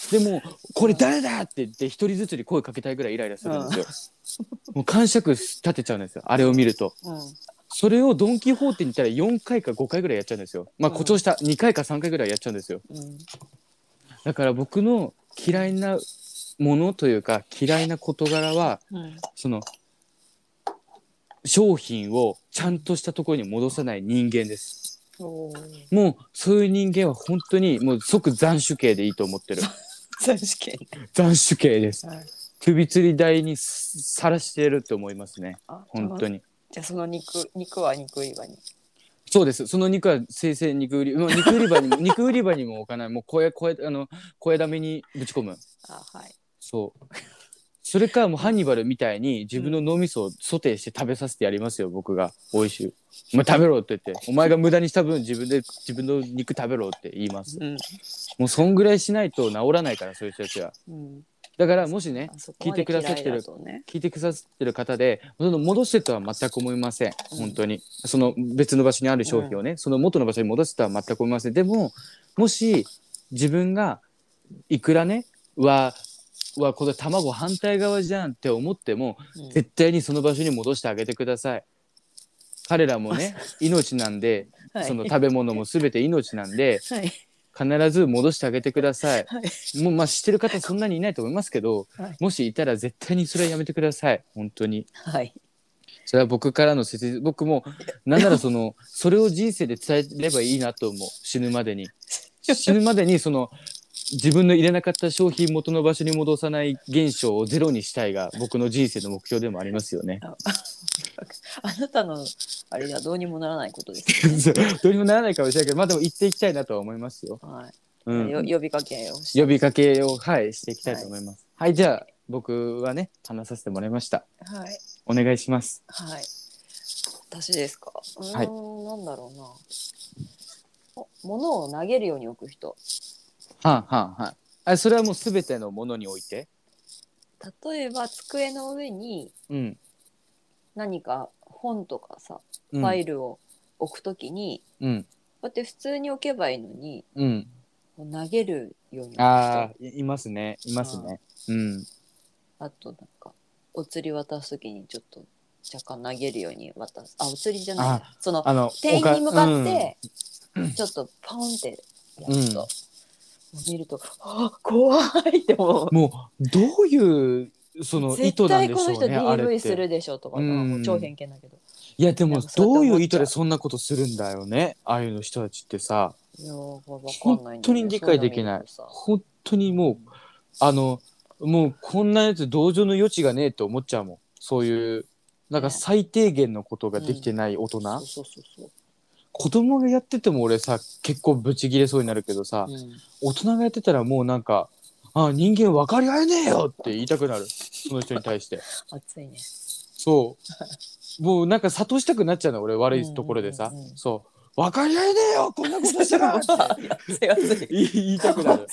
でもこれ誰だって言って一人ずつに声かけたいぐらいイライラするんですよ、うん、もう感触立てちゃうんですよあれを見ると、うん、それをドン・キホーテに行ったらよんかいかごかいぐらいやっちゃうんですよ。まあ誇張したにかいかさんかいぐらいやっちゃうんですよ、うん、だから僕の嫌いなものというか嫌いな事柄は、うん、その商品をちゃんとしたところに戻さない人間です。もうそういう人間は本当にもう即斬首刑でいいと思ってる。 斬首刑斬首刑です、はい、首吊り台にさらしてると思いますね本当に。 じゃあその肉肉は肉売り場に。 そうです。その肉は生鮮肉売りもう肉売り場にも肉売り場にも置かない。もう声声あの声だめにぶち込む。 あ、はい。 そう。それかもうハンニバルみたいに自分の脳みそをソテーして食べさせてやりますよ、僕が。美味しい。お前食べろって言って、お前が無駄にした分自分で自分の肉食べろって言います、うん、もうそんぐらいしないと治らないからそういう人たちは、うん、だからもしね聞いてくださってる、ね、聞いてくださってる方でその戻してとは全く思いません、うん、本当にその別の場所にある商品をね、うん、その元の場所に戻すとは全く思いません。でももし自分がいくらねははこれ卵反対側じゃんって思っても、うん、絶対にその場所に戻してあげてください。彼らもね命なんで、はい、その食べ物も全て命なんで、はい、必ず戻してあげてください、はい、もうまあ知ってる方そんなにいないと思いますけど、はい、もしいたら絶対にそれはやめてください本当に、はい、それは僕からの説明。僕もなんならそのそれを人生で伝えればいいなと思う。死ぬまでに死ぬまでにその自分の入れなかった商品元の場所に戻さない現象をゼロにしたいが僕の人生の目標でもありますよね。あ, あなたのあれはどうにもならないことですねどうにもならないかもしれないけど、まあでも言っていきたいなとは思いますよ。はい、 うん、呼びかけを呼びかけを、はい、していきたいと思います。はい、はい、じゃあ僕はね話させてもらいました。はい、お願いします。 はい、私ですか。うーん、はい、なんだろうな。物を投げるように置く人。 はあはあはあ、あそれはもうすべてのものにおいて、 例えば机の上に何か本とかさ、うん、ファイルを置くときに、うん、こうやって普通に置けばいいのに、うん、投げるように置く人。 あー、いますねいますね、うん、 あとなんかお釣り渡すときにちょっと若干投げるように渡す。あ、お釣りじゃない、その店員に向かって、うん、ちょっとポンってやると、うん見るとあ怖いって思う。 もうどういうその意図なんでしょうね。絶対この人ディーブイ するでしょとか、もう超偏見だけど。 いやでもどういう意図でそんなことするんだよね。ああいうの人たちってさ、いやわかんないんだよね、本当に理解できない。本当にもうあのもうこんなやつ同情の余地がねえと思っちゃうもん。そういうなんか最低限のことができてない大人。そうそうそうそう。子供がやってても俺さ結構ブチギレそうになるけどさ、うん、大人がやってたらもうなんかあ人間分かり合えねえよって言いたくなるその人に対して熱いね。 そうもうなんか諭したくなっちゃうの俺悪いところでさ、うんうんうん、そう分かり合えねえよこんなことしたらって言いたくなる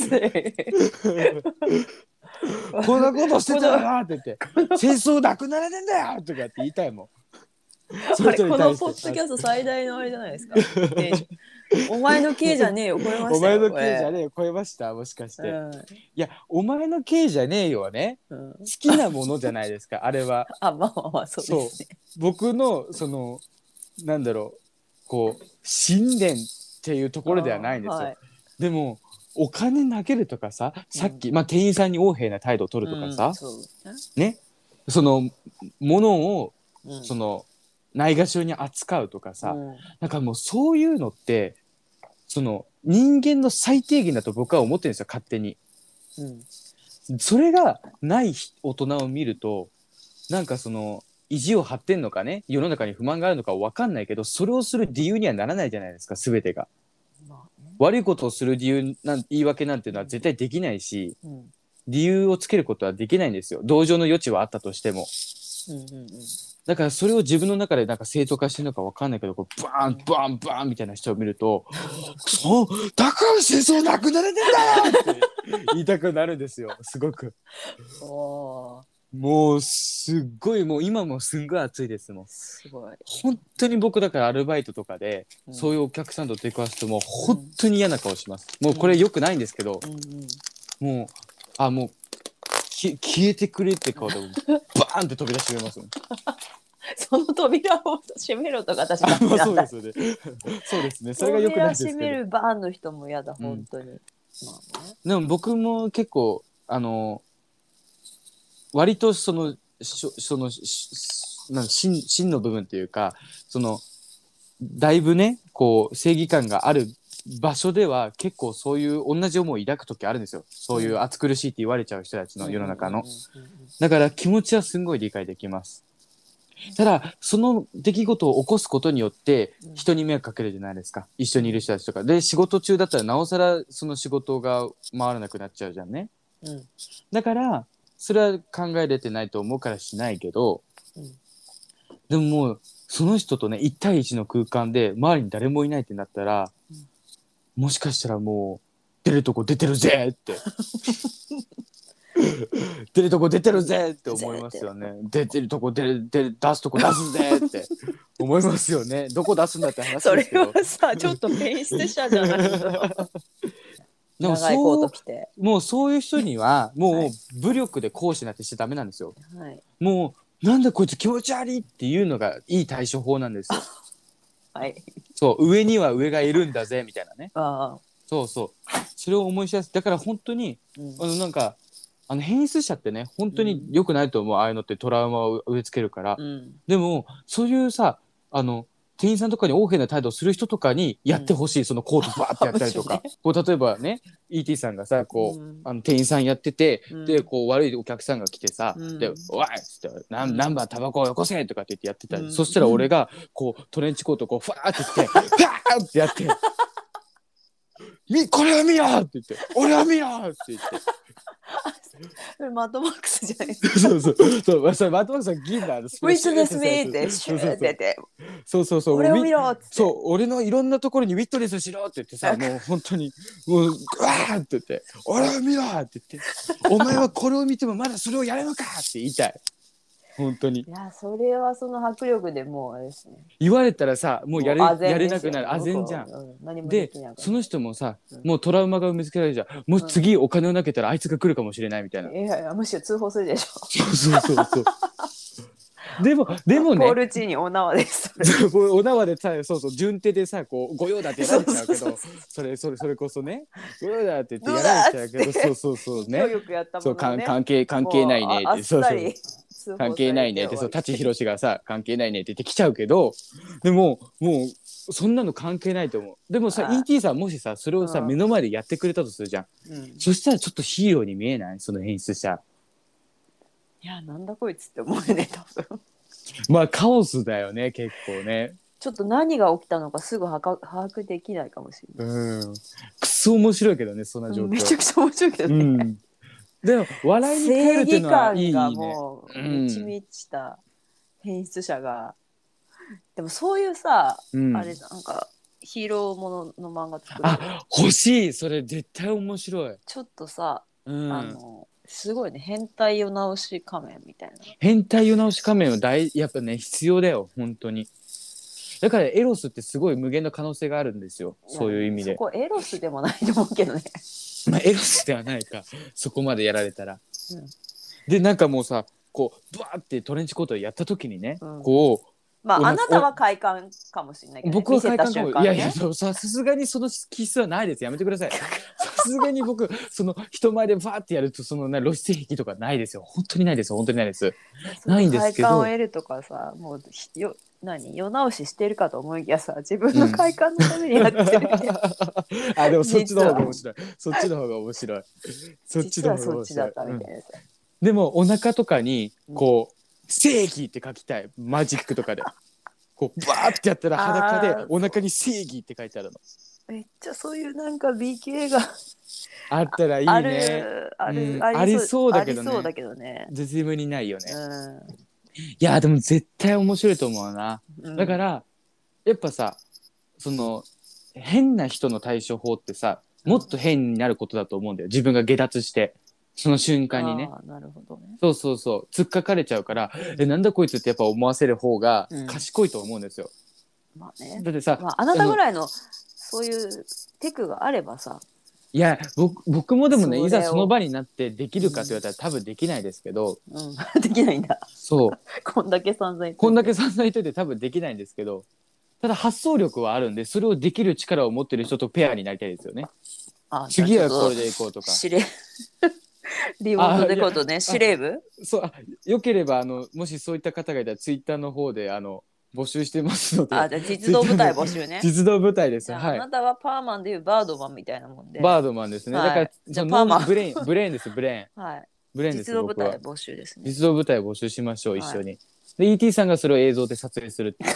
こんなことしてたよなって言って戦争なくなれねえんだよとかって言いたいもんあれこのポッドキャスト最大のあれじゃないですかお前の刑じゃねえよ超えましたよ。 お前の刑じゃねえよ超えましたもしかして、うん、いやお前の刑じゃねえよはね、うん、好きなものじゃないですかあれは。 あまあまあまあそうですね。 僕のそのなんだろうこう信念っていうところではないんですよ、はい、でもお金投げるとかささっき、うんまあ、店員さんに横柄な態度を取るとかさ、うんそうね、そのものを、うん、そのないがしろに扱うとかさ、うん、なんかもうそういうのってその人間の最低限だと僕は思ってるんですよ勝手に、うん、それがない大人を見るとなんかその意地を張ってんのかね世の中に不満があるのか分かんないけどそれをする理由にはならないじゃないですか全てが、まあね、悪いことをする理由なん言い訳なんていうのは絶対できないし、うん、理由をつけることはできないんですよ同情の余地はあったとしても、うんうんうんだからそれを自分の中でなんか正当化してるのか分かんないけどこうバーンバーンバーンみたいな人を見るとそうだから戦争なくなれてんだよって言いたくなるんですよすごくおもうすっごいもう今もすんごい暑いですもんすごい本当に僕だからアルバイトとかで、うん、そういうお客さんと出くわすともう本当に嫌な顔します、うん、もうこれ良くないんですけど、うんうん、もうあもうき消えてくれって顔でバーンって飛び出してくれますもん。 その扉を閉めろとか私あまあだったそうですよね。そうですね。それが良くないですけど。 扉閉めるバーンの人も嫌だ、 うん、 本当に。まあね、 でも僕も結構あの割とそのしそのしなん芯芯の部分っていうかそのだいぶねこう正義感がある場所では結構そういう同じ思い抱く時あるんですよ。そういう暑苦しいって言われちゃう人たちの世の中の。だから気持ちはすんごい理解できます。ただその出来事を起こすことによって人に迷惑かけるじゃないですか。一緒にいる人たちとかで仕事中だったらなおさらその仕事が回らなくなっちゃうじゃんね。 うん、 だからそれは考えれてないと思うからしないけど、 うん、 でももうその人とね一対一の空間で周りに誰もいないってなったら、うん、もしかしたらもう出るとこ出てるぜって出るとこ出てるぜって思いますよね。出てるとこ出る出る出すとこ出すぜって思いますよね。どこ出すんだって話ですけど。 それはさちょっと演出者じゃないの。 でも長いコーそうト着てもうそういう人にはもう武力で行使なんてしちゃダメなんですよ。 はい、 もうなんだこいつ気持ち悪いっていうのがいい対処法なんですよ。 はい、 そう上には上がいるんだぜみたいなね。 あそうそうそれを思い知らせだから本当に、うん、あのなんかあの変質者ってね本当に良くないと思う、うん、ああいうのってトラウマを植え付けるから、うん、でもそういうさあの店員さんとかに横柄な態度をする人とかにやってほしい、うん、そのコートバーってやったりとか、ね、こう例えばね イーティー さんがさこう、うん、あの店員さんやってて、うん、でこう悪いお客さんが来てさ、うん、で「おい!」っつって「ナンバータバコをよこせ!」とかって言ってやってたり、うん、そしたら俺がこうトレンチコートをこうファーって言ってファーってやって「みこれを見ろ!」って言って「俺を見ろ!」って言って。 マッドマックスじゃないですか。 そうそうそうそれマッドマックスは銀だ。ウィットネスミーってシューってて。 そうそうそう。 俺を見ろっつって。 そう俺のいろんなところにウィットネスしろって言ってさ、もう本当にもううわーって言って俺を見ろって言ってお前はこれを見てもまだそれをやるのかって言いたい。本当に。いやそれはその迫力でもうあれですね。 言われたらさもうやれやれなくなる。あぜんじゃん。 うん、何もでできなくなる。 その人もさ、うん、もうトラウマが埋め付けられるじゃん。もう次お金を投げたらあいつが来るかもしれないみたいな。 いやいやむしろ通報するでしょ。 そうそうそうそう。でもでもね。 ポールチーニお縄です。 お縄でさそうそう順手でさこう御用だってやられちゃうけどそれそれそれこそね御用だって言ってやられちゃうけどそうそうそうね。そう関係関係ないねってそうそう関係ないねってそう舘ひろしがさ関係ないねって言ってきちゃうけどでももうそんなの関係ないと思う。でもさ イーティー さんもしさそれをさ目の前でやってくれたとするじゃん、うん、そしたらちょっとヒーローに見えないその演出者。 いやなんだこいつって思うね多分。 まあカオスだよね結構ね。 ちょっと何が起きたのかすぐ把握できないかもしれない。 うんくそ面白いけどねそんな状況。 めちゃくちゃ面白いけどね、うん、 でも笑いに変えるっていうのはいいね。 正義感がもう満ち満ちた変質者が、うん、でもそういうさ、うん、あれなんかヒーローものの漫画作る。 あ欲しいそれ絶対面白い。 ちょっとさ、うん、あのすごいね変態世直し仮面みたいな。 変態世直し仮面は大やっぱね必要だよ本当に。だからエロスってすごい無限の可能性があるんですよそういう意味で。 そこエロスでもないと思うけどね。 まあエロスではないかそこまでやられたら、うん、でなんかもうさこうブワーってトレンチコートをやった時にね、うん、こうまああなたは快感かもしれないけど、ね、 僕は快感かも、ね、いやいやさすがにその気質はないですやめてくださいさすがに僕その人前でバーってやるとそのな露出癖とかないですよ本当にないです本当にないですないんですけど快感を得るとかさもうよ何世直ししてるかと思いきやさ自分の快感のためにやってる、うん、 あでもそっちの方が面白いそっちの方が面白いそっちの方が面白い実はそっちだったみたいなさ、 うん、でもお腹とかにこう、うん、正義って書きたいマジックとかでこうバーってやったら裸でお腹に正義って書いてあるの。 めっちゃそういうなんか B 系があったらいいね。あるある、 うん、ありそうだけどね。 ありそうだけどね。 絶妙にないよね。うん、いやでも絶対面白いと思うな。うん、だからやっぱさその変な人の対処法ってさもっと変になることだと思うんだよ自分が下脱してその瞬間にね。 あなるほどね。 そうそうそう突っかかれちゃうからえなんだこいつってやっぱ思わせる方が賢いと思うんですよ。 うん、まあね。 だってさ、 まあ、あなたぐらいのそういうテクがあればさいや僕僕もでもねそれをいざその場になってできるかと言われたら多分できないですけど、 うん、できないんだ。 そうこんだけ散々言っといてこんだけ散々言っといて多分できないんですけど、ただ発想力はあるんでそれをできる力を持ってる人とペアになりたいですよね。 あ、 次はこれでいこうとか。 司令リモートでことね、司令部そうあよければあのもしそういった方がいたらツイッターの方であの募集してますので。 あ、じゃあ実動部隊募集ね。 実動部隊です。 じゃあ、 はい。 あなたはパーマンでいうバードマンみたいなもんで。 バードマンですね。 はい、 だからじゃあパーマンブレインブレインですブレイン。 はい。 ブレインです実動部隊僕は。 募集ですね。 実動部隊募集しましょう、一緒に。 はい、 で イーティー さんがそれを映像で撮影するっていう。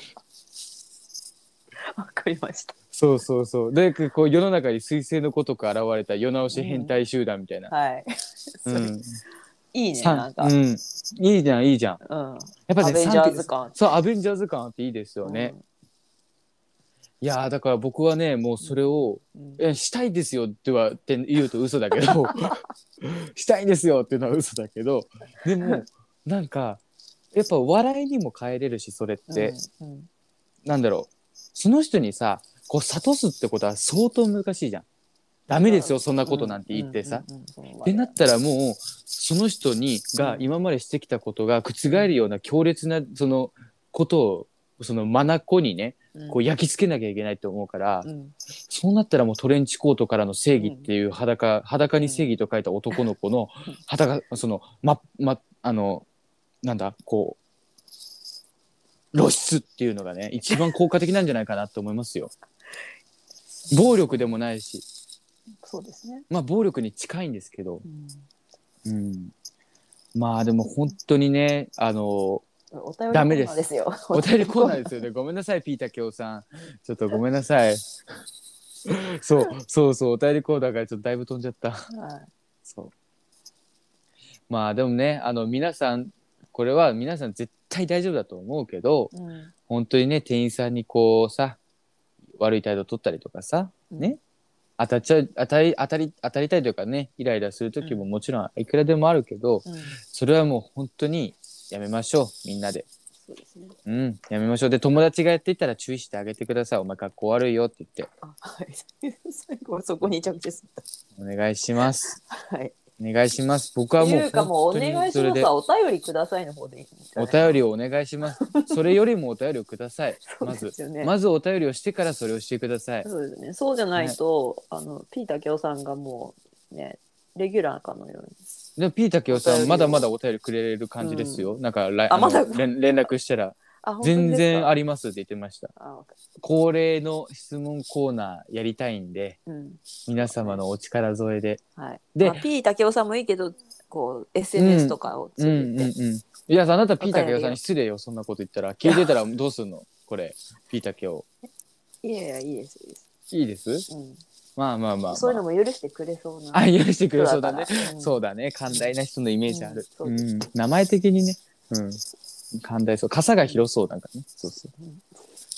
わかりました。 そうそうそう。でこう世の中に彗星のごとく現れた世直し変態集団みたいな。 うん、はい。 うん。 いいね、なんか。 うん。いいじゃんいいじゃん。 うん。 やっぱねアベンジャーズ感。 そうアベンジャーズ感あっていいですよね。うん、いやだから僕はねもうそれを、うん、えしたいですよってはって言うと嘘だけどしたいんですよっていうのは嘘だけど、でもなんかやっぱ笑いにも変えれるしそれって、うんうん、なんだろうその人にさこう諭すってことは相当難しいじゃん。ダメですよそんなことなんて言ってさ、うんうんうんうん、ってなったらもうその人にが今までしてきたことが覆るような強烈なそのことをその眼にねこう焼き付けなきゃいけないと思うから、うん、そうなったらもうトレンチコートからの正義っていう裸、うん、裸に正義と書いた男の子の裸そのままあのなんだこう露出っていうのがね一番効果的なんじゃないかなと思いますよ。暴力でもないし、 そうですね。 まあ暴力に近いんですけど、うん、うん、まあでも本当にねあのお便りコーナーですよ。 お便りコーナーですよね。ごめんなさいピータケオさん、ちょっとごめんなさい。そうそうそうお便りコーナーからちょっとだいぶ飛んじゃった。はい、そうまあでもねあの皆さんこれは皆さん絶対大丈夫だと思うけど、うん、本当にね店員さんにこうさ悪い態度取ったりとかさ、うん、ね当たっちゃう当たり当たり当たりたいというかねイライラする時ももちろんいくらでもあるけど、うん、それはもう本当にやめましょうみんなで。そうですね。うん、やめましょう。で友達がやっていたら注意してあげてください。お前格好悪いよって言って。あ、 はい。最後はそこに着地する。お願いします。 はい。 お願いします。僕はもういうかもうお願いしますはお便りくださいの方でいいんじゃない？ お便りをお願いします。それよりもお便りをください。まず、ね、まずお便りをしてからそれをしてください。 そうですね。そうじゃないと、はい、あのピータケオさんがもうねレギュラーかのように。 でもピータケオさんまだまだお便りくれる感じですよ。うん、なんかああま、連連絡したら全然ありますって言ってました。恒例の質問コーナーやりたいんで、うん、皆様のお力添えで。 はい。で、まあ、ピータケオさんもいいけど。こう エスエヌエス とかをついて、うんうんうんうん、 いやあなたピータケオさんに失礼よそんなこと言ったら聞いてたらどうすんのこれピータケオ。 いやいやいいですいいですいいです、うん、まあまあまあ、まあ、 そういうのも許してくれそうなあ許してくれそうだね、うん、そうだね寛大な人のイメージある、うんうん、名前的にね、うん、寛大そう傘が広そうなんかね、そうそう、うん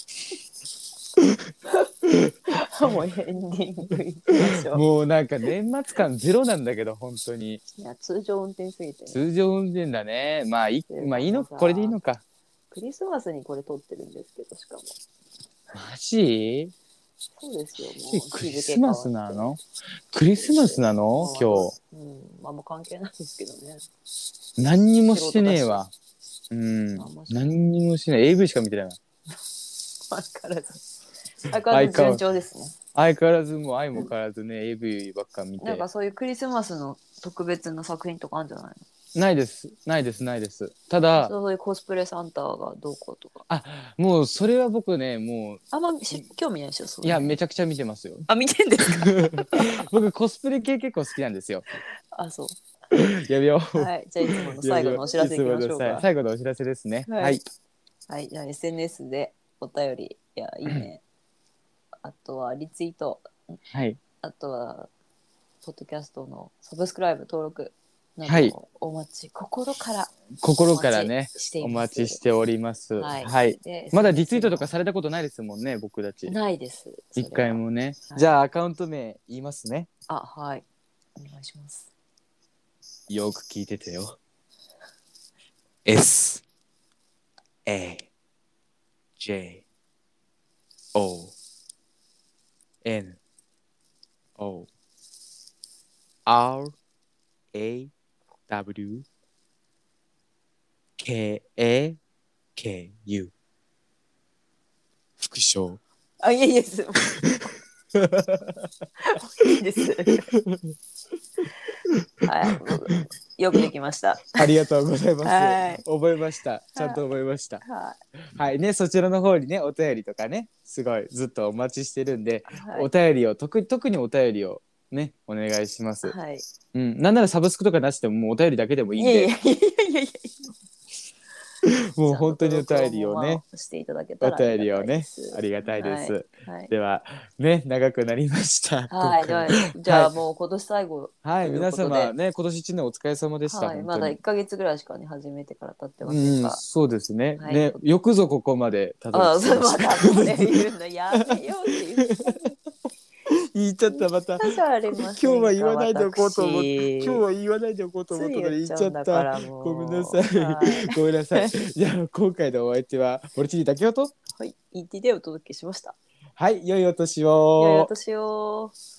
もうエンディングいきましょう。 もうなんか年末感ゼロなんだけど本当に。 いや通常運転すぎて、ね、 通常運転だね。まあいい、まあいいのこれでいいのか。 クリスマスにこれ撮ってるんですけどしかも。 マジ？ そうですよ。もうクリスマスなの？クリスマスなの今日？ うん、まあもう関係ないですけどね。 何にもしてねえわ。うん。何にもしてない。エーブイ しか見てないわ。 相変わらず。相変わらず順調ですね。 相変わらずもう愛も変わらずね、うん、エーブイ ばっか見て。 なんかそういうクリスマスの特別な作品とかあるんじゃないの？ないですないですないです。ただそういうコスプレサンタがどうこうとか。 あもうそれは僕ねもうあんま興味ないでしょ。 そういうの。いやめちゃくちゃ見てますよ。 あ見てんですか？ 僕コスプレ系結構好きなんですよ。 あそう。 やめよう。 はいじゃあいつもの最後のお知らせいきましょうか。 最後のお知らせですね。はい。 はい、はい、じゃあ エスエヌエス でお便りやいいね。あとはリツイート、 はい、 あとはポッドキャストのサブスクライブ登録などをお待ち、はい、心から心からねお待ちしております。はい、はい、まだリツイートとかされたことないですもんね僕たち。 ないです。 一回もね、はい、じゃあアカウント名言いますね。 あはいお願いします。 よく聞いててよ。S A J O N O R A W K A K U 副賞。 あ、いえいえす。いいです。はい、よくできました。 ありがとうございます。 はい、 覚えました。ちゃんと覚えました。 はい、 はいね、そちらの方にね、お便りとかね、すごいずっとお待ちしてるんで、 はい、 お便りを特特にお便りをね、お願いします。 はい。 うん、なんならサブスクとかなしでももうお便りだけでもいいんで、 いやいやいやいやいや。 もう本当にお便りをね、 していただけおたらあり便りをね、 がたいです。 ありがたいです。 はいはい、 ではね、長くなりました。 はい、ではじゃあもう今年最後はい、 という皆ことで、 様ね、今年一年お疲れ様でした。 はい、 本当まだに。 いっかげつぐらいしかね始めてから経ってませんうん、 が、 そうですね。 はい、 ね、よくぞここまでたどりあ、 着きそれまました。 たそれ言うのやめようって言う。 言っちゃったまた。 じゃありま今日せんか。 は言わないでおこうと思って、今日私は言わないでおこうと思ついったのに言っ言っちゃうんだちゃった。 からもう。 ごめんなさい。 はいごめんなさい。じゃあ今回のお相手はモルチーニ竹雄と、 はい、イーティーでお届けしました。 はい、良いお年良いおを。 年を。